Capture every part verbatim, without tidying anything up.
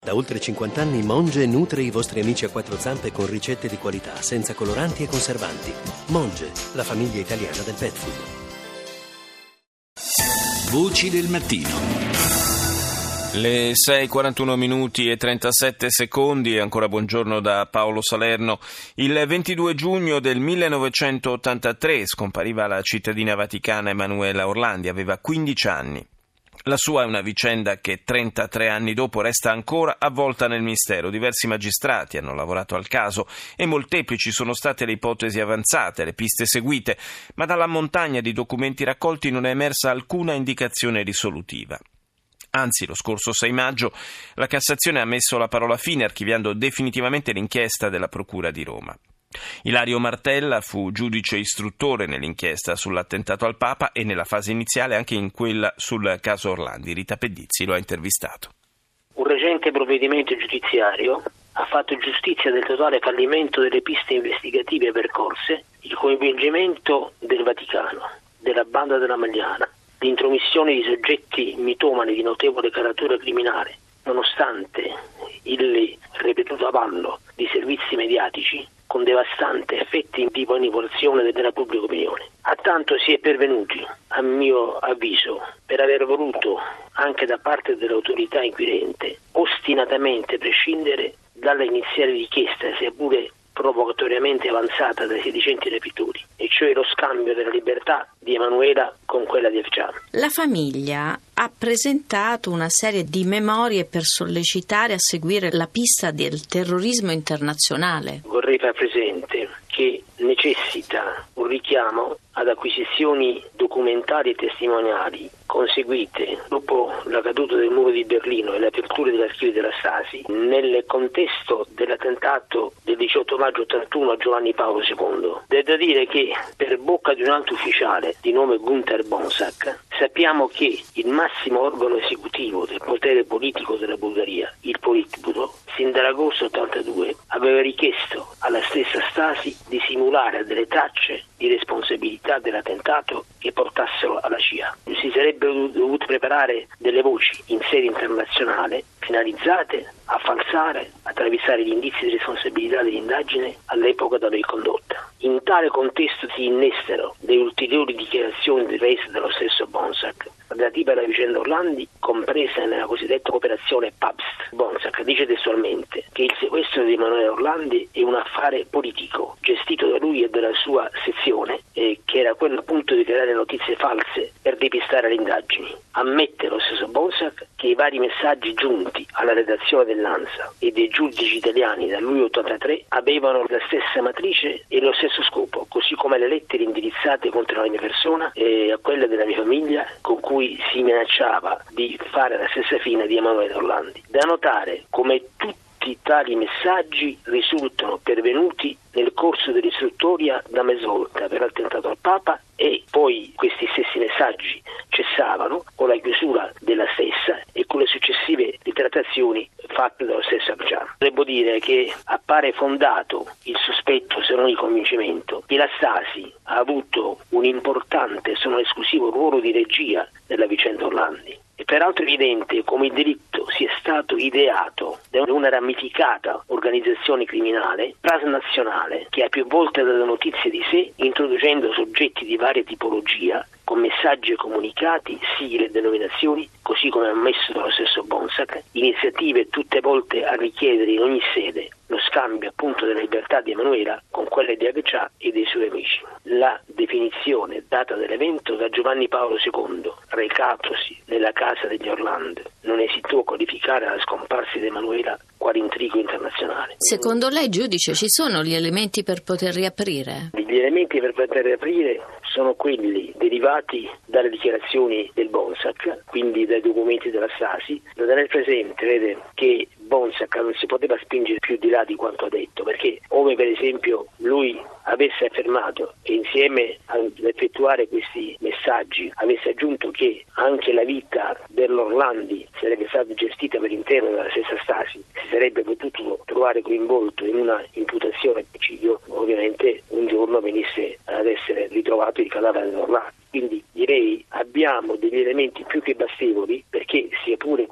Da oltre cinquanta anni Monge nutre i vostri amici a quattro zampe con ricette di qualità, senza coloranti e conservanti. Monge, la famiglia italiana del pet food. Voci del mattino. Le sei e quarantuno minuti e trentasette secondi, ancora buongiorno da Paolo Salerno. Il ventidue giugno del millenovecentottantatré scompariva la cittadina vaticana Emanuela Orlandi, aveva quindici anni. La sua è una vicenda che trentatré anni dopo resta ancora avvolta nel mistero. Diversi magistrati hanno lavorato al caso e molteplici sono state le ipotesi avanzate, le piste seguite, ma dalla montagna di documenti raccolti non è emersa alcuna indicazione risolutiva. Anzi, lo scorso sei maggio la Cassazione ha messo la parola fine archiviando definitivamente l'inchiesta della Procura di Roma. Ilario Martella fu giudice istruttore nell'inchiesta sull'attentato al Papa e nella fase iniziale anche in quella sul caso Orlandi. Rita Pedizzi lo ha intervistato. Un recente provvedimento giudiziario ha fatto giustizia del totale fallimento delle piste investigative percorse, il coinvolgimento del Vaticano, della banda della Magliana, l'intromissione di soggetti mitomani di notevole caratura criminale, nonostante il ripetuto avallo di servizi mediatici con devastanti effetti di manipolazione della pubblica opinione. A tanto si è pervenuti, a mio avviso, per aver voluto, anche da parte dell'autorità inquirente, ostinatamente prescindere dalla iniziale richiesta, sia pure provocatoriamente avanzata dai sedicenti rapitori, e cioè lo scambio della libertà di Emanuela con quella di Afciano. La famiglia ha presentato una serie di memorie per sollecitare a seguire la pista del terrorismo internazionale. Vorrei far presente che necessita un richiamo ad acquisizioni documentali e testimoniali conseguite dopo la caduta del muro di Berlino e l'apertura degli archivi della Stasi nel contesto dell'attentato del diciotto maggio ottantuno a Giovanni Paolo secondo. Devo dire che per bocca di un alto ufficiale di nome Günter Bonsack sappiamo che il massimo organo esecutivo del potere politico della Bulgaria, il Politburo, sin dall'agosto ottantadue aveva richiesto alla stessa Stasi di simulare delle tracce di responsabilità dell'attentato che portassero alla C I A. Si sarebbero dovute preparare delle voci in sede internazionale finalizzate a falsare, a travisare gli indizi di responsabilità dell'indagine all'epoca da lui condotta. In tale contesto si innestano le ulteriori dichiarazioni rese dallo stesso Bonsack relative alla vicenda Orlandi, compresa nella cosiddetta operazione Pabst. Bonsack dice testualmente che il sequestro di Emanuela Orlandi è un affare politico gestito da lui e dalla sua sezione, e che era quello appunto di creare notizie false per depistare le indagini. Ammette lo stesso Bonsack che i vari messaggi giunti alla redazione dell'ANSA e dei giudici italiani da luglio ottantatré avevano la stessa matrice e lo stesso scopo, così come le lettere indirizzate contro la mia persona e a quella della mia famiglia, con cui si minacciava di fare la stessa fine di Emanuela Orlandi. Da notare come tutti tali messaggi risultano pervenuti nel corso dell'istruttoria da mezz'orta per l'attentato al Papa, e poi questi stessi messaggi cessavano con la chiusura della stessa e con le successive ritrattazioni fatte dallo stesso Afciano. Devo dire che appare fondato il sospetto, se non il convincimento, che la Stasi ha avuto un importante, se non esclusivo, ruolo di regia nella vicenda Orlandi. È peraltro evidente come il delitto sia stato ideato da una ramificata organizzazione criminale transnazionale che ha più volte dato notizie di sé, introducendo soggetti di varia tipologia con messaggi e comunicati, sigle e denominazioni, così come ammesso dallo stesso Bonsack, iniziative tutte volte a richiedere in ogni sede lo scambio appunto della libertà di Emanuela con quelle di Aveccia e dei suoi amici. La definizione data dell'evento da Giovanni Paolo secondo, recatosi nella casa degli Orlandi, non esitò a qualificare la scomparsa di Emanuela quale intrigo internazionale. Secondo lei, giudice, ci sono gli elementi per poter riaprire? Gli elementi per poter riaprire sono quelli derivati dalle dichiarazioni del Bonsack, quindi dai documenti della Stasi. Da tenere presente, vede, che Bonsack non si poteva spingere più di là di quanto ha detto, perché ove per esempio lui avesse affermato e insieme ad effettuare questi messaggi avesse aggiunto che anche la vita dell'Orlandi sarebbe stata gestita per intero dalla stessa Stasi, si sarebbe potuto trovare coinvolto in una imputazione di omicidio, ovviamente un giorno venisse ad essere ritrovato il cadavere dell'Orlandi. Quindi direi abbiamo degli elementi più che bastevoli perché, sia pure con un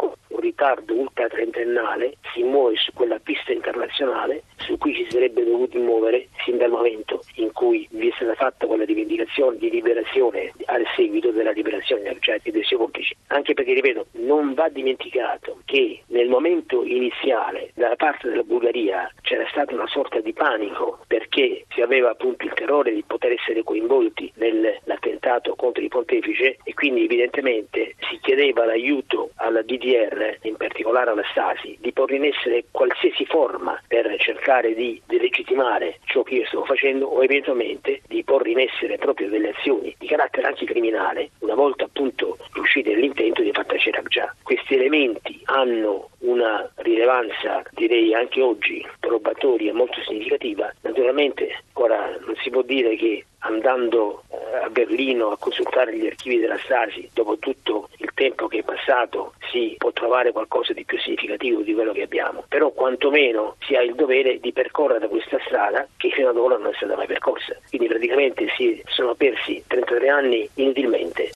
ritardo ultra trentennale si muove su quella pista internazionale su cui ci sarebbe dovuti muovere sin dal momento in cui vi è stata fatta quella rivendicazione di liberazione al seguito della liberazione degli oggetti dei suoi complici. Anche perché, ripeto, non va dimenticato che nel momento iniziale dalla parte della Bulgaria c'era stata una sorta di panico perché si aveva appunto il terrore di poter essere coinvolti nell'attentato contro il pontefice e quindi evidentemente si chiedeva l'aiuto alla D D R, in particolare alla Stasi, di porre in essere qualsiasi forma per cercare di delegittimare ciò che io stavo facendo o eventualmente di porre in essere proprio delle azioni di carattere anche criminale una volta appunto riusciti nell'intento di far tacere Agca. Questi elementi hanno una rilevanza, direi anche oggi, probatoria molto significativa. Naturalmente ora non si può dire che andando eh, a Berlino a consultare gli archivi della Stasi, dopo tutto il tempo che è passato, si può trovare qualcosa di più significativo di quello che abbiamo, però quantomeno si ha il dovere di percorrere questa strada che fino ad ora non è stata mai percorsa. Quindi praticamente si sono persi trentatré anni inutilmente.